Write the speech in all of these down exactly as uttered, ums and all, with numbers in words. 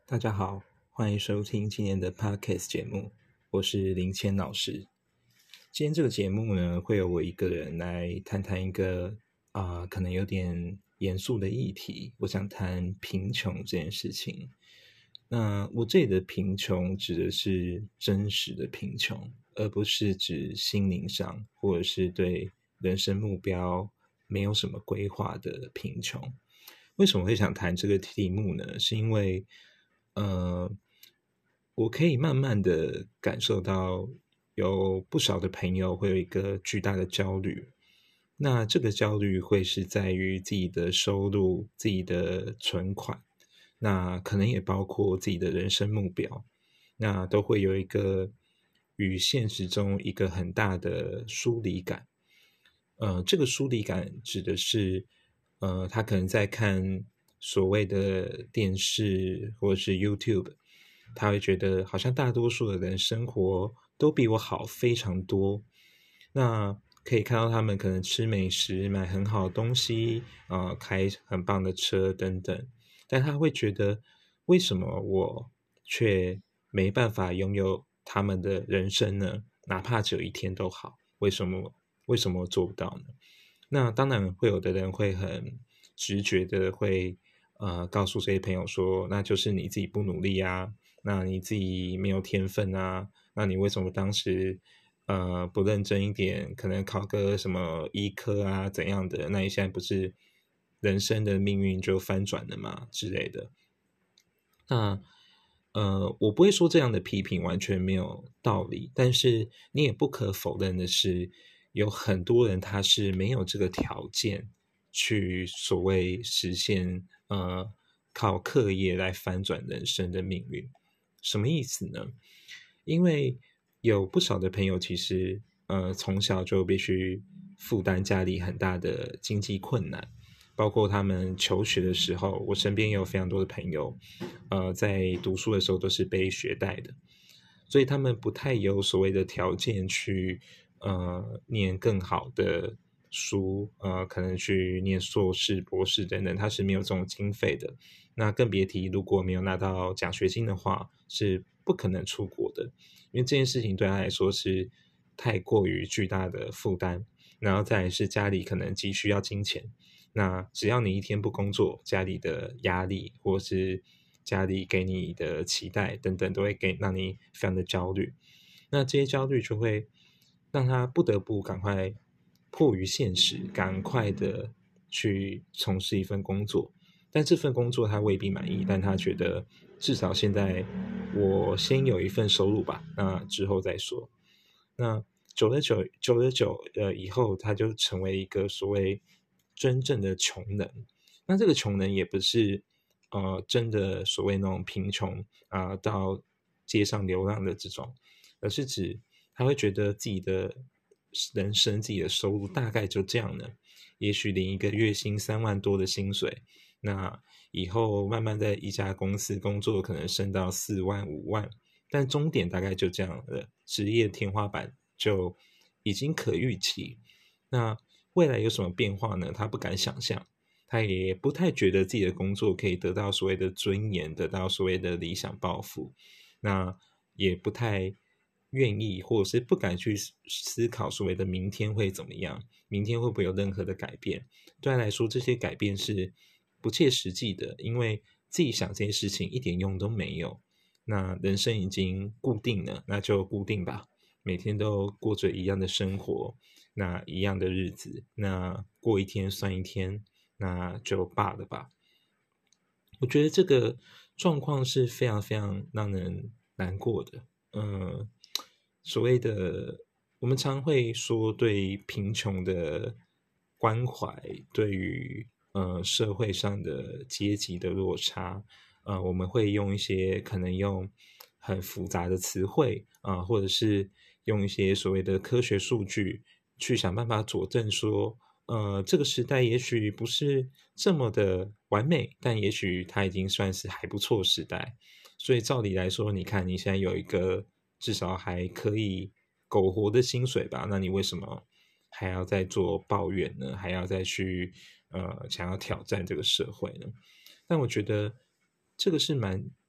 大家好，欢迎收听今天的 Podcast 节目，我是林谦老师。今天这个节目呢，会有我一个人来谈谈一个啊、呃，可能有点严肃的议题。我想谈贫穷这件事情。那我这里的贫穷指的是真实的贫穷，而不是指心灵上或者是对人生目标没有什么规划的贫穷。为什么会想谈这个题目呢？是因为呃，我可以慢慢的感受到有不少的朋友会有一个巨大的焦虑。那这个焦虑会是在于自己的收入、自己的存款，那可能也包括自己的人生目标，那都会有一个与现实中一个很大的疏离感。呃，这个疏离感指的是，呃，他可能在看所谓的电视或者是 YouTube，他会觉得好像大多数的人生活都比我好非常多。那可以看到他们可能吃美食、买很好的东西，呃，开很棒的车等等，但他会觉得，为什么我却没办法拥有他们的人生呢？哪怕只有一天都好，为什么为什么做不到呢？那当然会有的人会很直觉的会呃告诉这些朋友说，那就是你自己不努力啊，那你自己没有天分啊，那你为什么当时呃不认真一点，可能考个什么医科啊怎样的，那你现在不是人生的命运就翻转了吗之类的。那呃，我不会说这样的批评完全没有道理，但是你也不可否认的是，有很多人他是没有这个条件去所谓实现呃靠课业来翻转人生的命运。什么意思呢？因为有不少的朋友其实呃从小就必须负担家里很大的经济困难。包括他们求学的时候，我身边也有非常多的朋友，呃，在读书的时候都是背学贷的，所以他们不太有所谓的条件去呃念更好的书，呃，可能去念硕士、博士等等，他是没有这种经费的。那更别提如果没有拿到奖学金的话，是不可能出国的，因为这件事情对他来说是太过于巨大的负担。然后再来是家里可能急需要金钱。那只要你一天不工作，家里的压力或是家里给你的期待等等，都会给让你非常的焦虑。那这些焦虑就会让他不得不赶快迫于现实，赶快的去从事一份工作。但这份工作他未必满意，但他觉得至少现在我先有一份收入吧，那之后再说。那久而久久而久呃以后，他就成为一个所谓真正的穷人。那这个穷人也不是呃真的所谓那种贫穷啊、呃、到街上流浪的这种，而是指他会觉得自己的人生、自己的收入大概就这样了。也许领一个月薪三万多的薪水，那以后慢慢在一家公司工作，可能升到四万、五万，但终点大概就这样了，职业天花板就已经可预期。那未来有什么变化呢？他不敢想象，他也不太觉得自己的工作可以得到所谓的尊严，得到所谓的理想抱负。那也不太愿意，或者是不敢去思考所谓的明天会怎么样，明天会不会有任何的改变。对他来说，这些改变是不切实际的，因为自己想这些事情一点用都没有。那人生已经固定了，那就固定吧，每天都过着一样的生活，那一样的日子，那过一天算一天，那就罢了吧。我觉得这个状况是非常非常让人难过的。嗯，所谓的我们常会说对贫穷的关怀，对于呃社会上的阶级的落差，呃，我们会用一些可能用很复杂的词汇啊、呃，或者是用一些所谓的科学数据去想办法佐证说，呃，这个时代也许不是这么的完美，但也许它已经算是还不错时代。所以照理来说，你看你现在有一个至少还可以苟活的薪水吧，那你为什么还要再做抱怨呢？还要再去呃想要挑战这个社会呢？但我觉得这个是蛮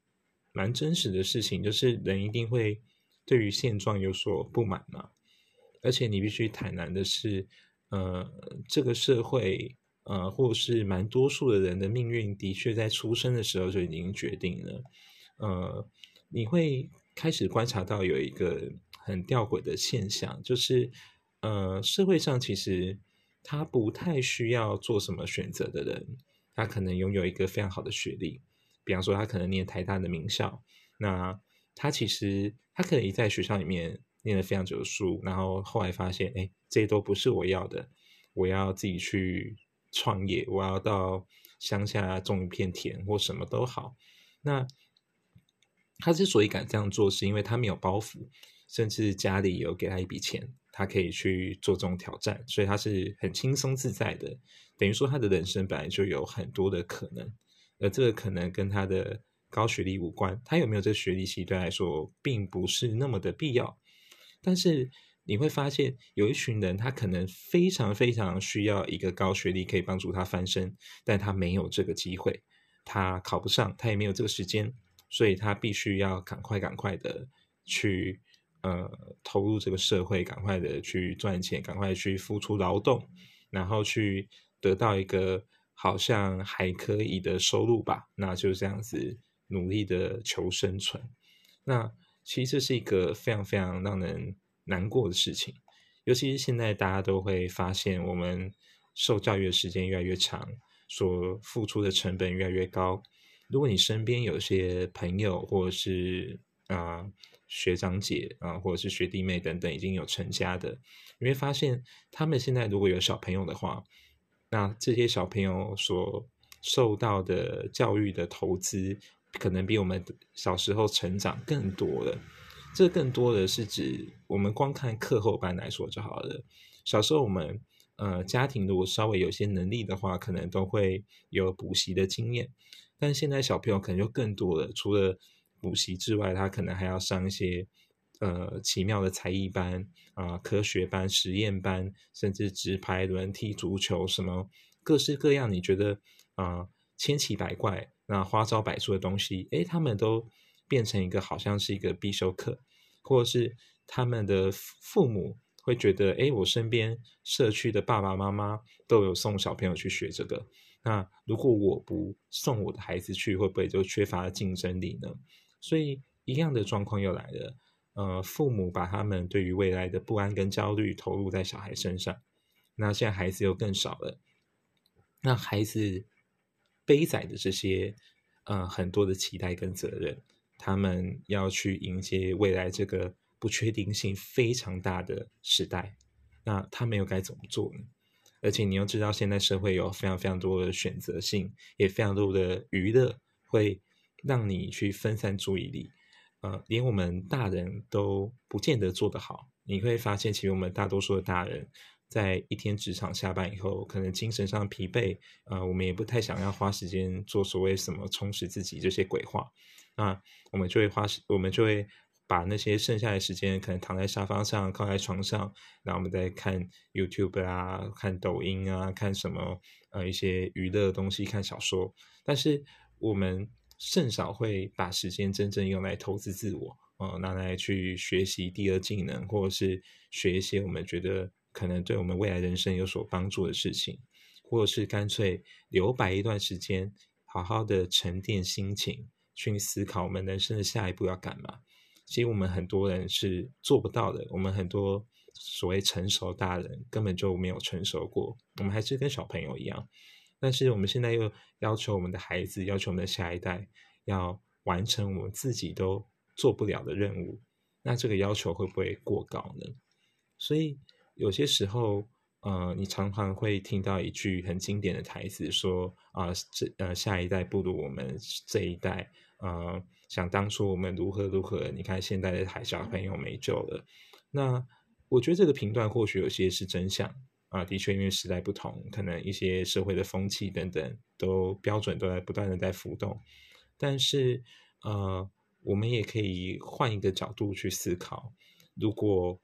蛮真实的事情，就是人一定会对于现状有所不满嘛。而且你必须坦然的是，呃，这个社会，呃，或是蛮多数的人的命运，的确在出生的时候就已经决定了。呃，你会开始观察到有一个很吊诡的现象，就是呃，社会上其实他不太需要做什么选择的人，他可能拥有一个非常好的学历，比方说他可能念台大的名校，那他其实他可以在学校里面念了非常久的书，然后后来发现，哎，这些都不是我要的，我要自己去创业，我要到乡下种一片田或什么都好。那他之所以敢这样做，是因为他没有包袱，甚至家里有给他一笔钱，他可以去做这种挑战，所以他是很轻松自在的。等于说他的人生本来就有很多的可能，而这个可能跟他的高学历无关，他有没有这个学历其实对他来说并不是那么的必要。但是你会发现有一群人，他可能非常非常需要一个高学历可以帮助他翻身，但他没有这个机会，他考不上，他也没有这个时间，所以他必须要赶快赶快的去呃投入这个社会，赶快的去赚钱，赶快去付出劳动，然后去得到一个好像还可以的收入吧，那就这样子努力的求生存。那其实这是一个非常非常让人难过的事情，尤其是现在大家都会发现，我们受教育的时间越来越长，所付出的成本越来越高。如果你身边有些朋友或者是啊、呃、学长姐啊、呃、或者是学弟妹等等已经有成家的，你会发现他们现在如果有小朋友的话，那这些小朋友所受到的教育的投资，可能比我们小时候成长更多了。这更多的是指我们光看课后班来说就好了。小时候我们呃家庭如果稍微有些能力的话，可能都会有补习的经验。但现在小朋友可能就更多了，除了补习之外，他可能还要上一些呃奇妙的才艺班啊、呃、科学班、实验班，甚至直排轮、踢足球，什么各式各样你觉得啊、呃、千奇百怪、那花招百出的东西，诶，他们都变成一个好像是一个必修课，或者是他们的父母会觉得，诶，我身边社区的爸爸妈妈都有送小朋友去学这个，那如果我不送我的孩子去，会不会就缺乏了竞争力呢？所以一样的状况又来了，呃，父母把他们对于未来的不安跟焦虑投入在小孩身上，那现在孩子又更少了，那孩子背载的这些呃很多的期待跟责任，他们要去迎接未来这个不确定性非常大的时代，那他们又该怎么做呢？而且你又知道现在社会有非常非常多的选择性，也非常多的娱乐会让你去分散注意力，呃，连我们大人都不见得做得好。你会发现其实我们大多数的大人在一天职场下班以后，可能精神上疲惫，呃，我们也不太想要花时间做所谓什么充实自己这些鬼话，那我们就会花我们就会把那些剩下的时间可能躺在沙发上，靠在床上，然后我们再看 YouTube 啊，看抖音啊，看什么呃一些娱乐的东西，看小说，但是我们甚少会把时间真正用来投资自我，呃，拿来去学习第二技能，或者是学一些我们觉得可能对我们未来人生有所帮助的事情，或者是干脆留白一段时间，好好的沉淀心情，去思考我们人生的下一步要干嘛。其实我们很多人是做不到的，我们很多所谓成熟大人根本就没有成熟过，我们还是跟小朋友一样。但是我们现在又要求我们的孩子，要求我们的下一代要完成我们自己都做不了的任务，那这个要求会不会过高呢？所以有些时候呃，你常常会听到一句很经典的台词说啊、呃，这呃下一代不如我们这一代，呃，想当初我们如何如何，你看现在的海小朋友没救了。那我觉得这个评断或许有些是真相啊、呃，的确因为时代不同，可能一些社会的风气等等都标准都在不断的在浮动，但是呃，我们也可以换一个角度去思考，如果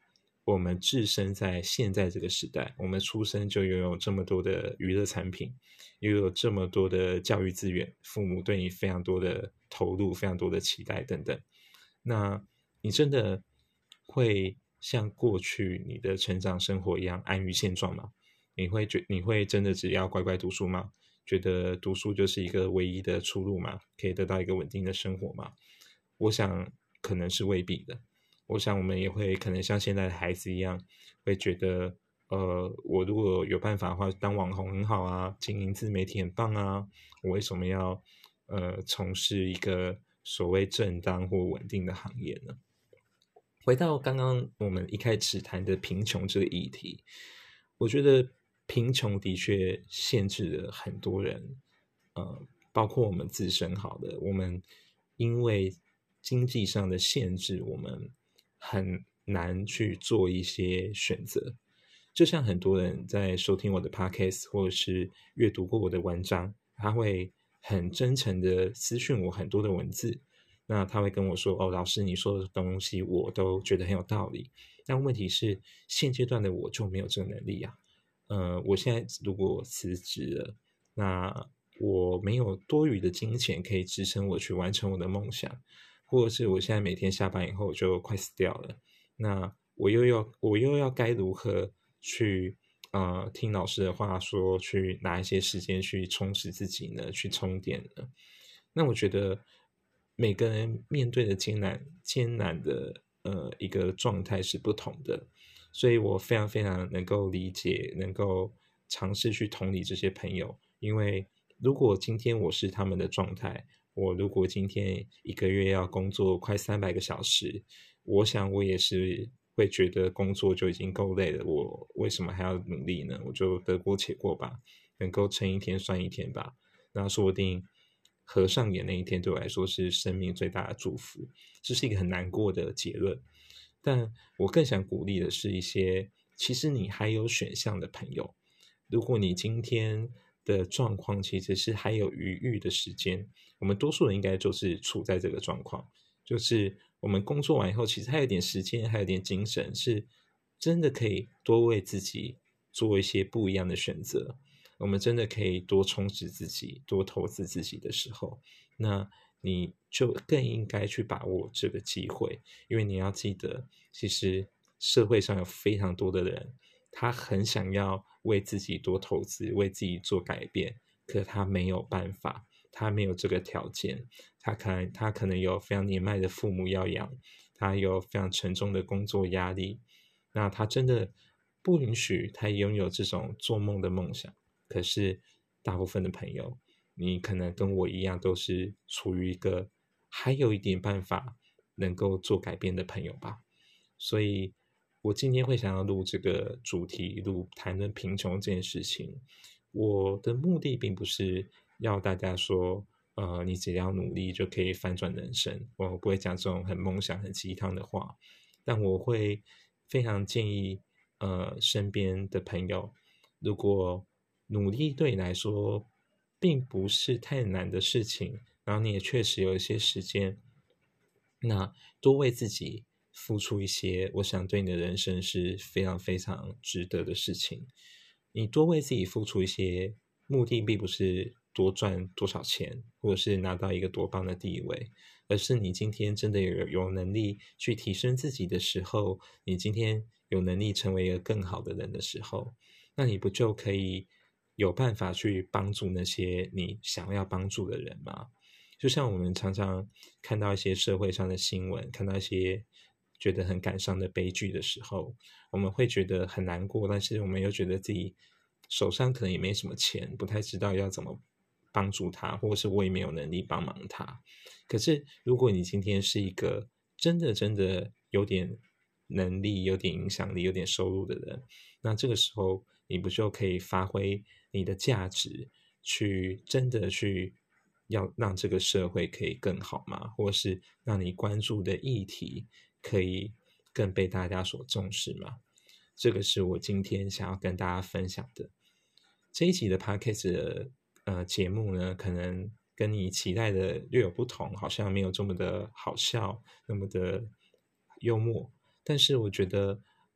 我们置身在现在这个时代，我们出生就拥有这么多的娱乐产品，又有这么多的教育资源，父母对你非常多的投入，非常多的期待等等。那你真的会像过去你的成长生活一样安于现状吗？你会觉你会真的只要乖乖读书吗？觉得读书就是一个唯一的出路吗？可以得到一个稳定的生活吗？我想可能是未必的。我想我们也会可能像现在的孩子一样，会觉得，呃，我如果有办法的话，当网红很好啊，经营自媒体很棒啊，我为什么要呃从事一个所谓正当或稳定的行业呢？回到刚刚我们一开始谈的贫穷这个议题，我觉得贫穷的确限制了很多人，呃，包括我们自身好的，我们因为经济上的限制，我们很难去做一些选择。就像很多人在收听我的 podcast 或者是阅读过我的文章，他会很真诚的私讯我很多的文字，那他会跟我说，哦，老师你说的东西我都觉得很有道理，但问题是现阶段的我就没有这个能力啊。呃，我现在如果辞职了，那我没有多余的金钱可以支撑我去完成我的梦想，或者是我现在每天下班以后就快死掉了，那我又要我又要该如何去呃听老师的话说，去拿一些时间去充实自己呢？去充电呢？那我觉得每个人面对的艰难艰难的呃一个状态是不同的，所以我非常非常能够理解，能够尝试去同理这些朋友，因为如果今天我是他们的状态，我如果今天一个月要工作快三百个小时，我想我也是会觉得工作就已经够累了，我为什么还要努力呢？我就得过且过吧，能够撑一天算一天吧。那说不定合上眼那一天对我来说是生命最大的祝福，这是一个很难过的结论。但我更想鼓励的是一些其实你还有选项的朋友，如果你今天的状况其实是还有余裕的时间，我们多数人应该就是处在这个状况，就是我们工作完以后，其实还有点时间，还有点精神，是真的可以多为自己做一些不一样的选择。我们真的可以多充实自己，多投资自己的时候，那你就更应该去把握这个机会，因为你要记得，其实社会上有非常多的人，他很想要为自己多投资，为自己做改变，可他没有办法，他没有这个条件，他可能他可能有非常年迈的父母要养，他有非常沉重的工作压力，那他真的不允许他拥有这种做梦的梦想。可是大部分的朋友，你可能跟我一样，都是处于一个还有一点办法能够做改变的朋友吧。所以我今天会想要录这个主题，录谈论贫穷这件事情。我的目的并不是要大家说，呃，你只要努力就可以翻转人生。我不会讲这种很梦想、很鸡汤的话，但我会非常建议，呃，身边的朋友，如果努力对你来说并不是太难的事情，然后你也确实有一些时间，那多为自己付出一些，我想对你的人生是非常非常值得的事情。你多为自己付出一些，目的并不是多赚多少钱，或者是拿到一个多棒的地位，而是你今天真的有有能力去提升自己的时候，你今天有能力成为一个更好的人的时候，那你不就可以有办法去帮助那些你想要帮助的人吗？就像我们常常看到一些社会上的新闻，看到一些觉得很感伤的悲剧的时候，我们会觉得很难过，但是我们又觉得自己手上可能也没什么钱，不太知道要怎么帮助他，或者是我也没有能力帮忙他。可是如果你今天是一个真的真的有点能力、有点影响力、有点收入的人，那这个时候你不就可以发挥你的价值，去真的去要让这个社会可以更好吗？或是让你关注的议题可以更被大家所重视吗？这个是我今天想要跟大家分享的。这一集的 podcast 的呃节目呢，可能跟你期待的略有不同，好像没有这么的好笑，那么的幽默。但是我觉得，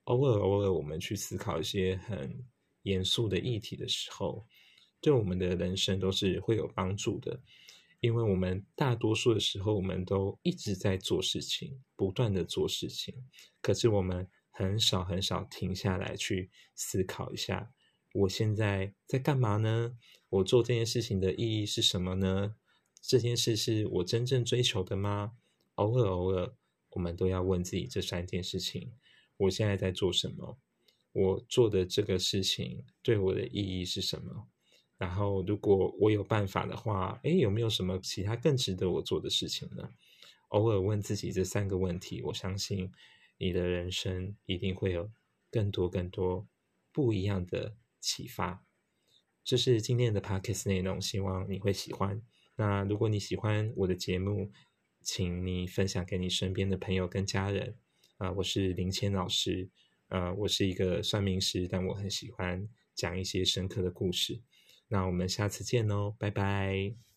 偶尔偶尔我们去思考一些很严肃的议题的时候，对我们的人生都是会有帮助的。因为我们大多数的时候，我们都一直在做事情，不断的做事情，可是我们很少很少停下来去思考一下，我现在在干嘛呢？我做这件事情的意义是什么呢？这件事是我真正追求的吗？偶尔偶尔，我们都要问自己这三件事情：我现在在做什么？我做的这个事情对我的意义是什么？然后，如果我有办法的话，诶，有没有什么其他更值得我做的事情呢？偶尔问自己这三个问题，我相信你的人生一定会有更多更多不一样的启发。这是今天的 podcast 内容，希望你会喜欢。那如果你喜欢我的节目，请你分享给你身边的朋友跟家人。啊、呃，我是林谦老师，呃，我是一个算命师，但我很喜欢讲一些深刻的故事。那我们下次见哦，拜拜。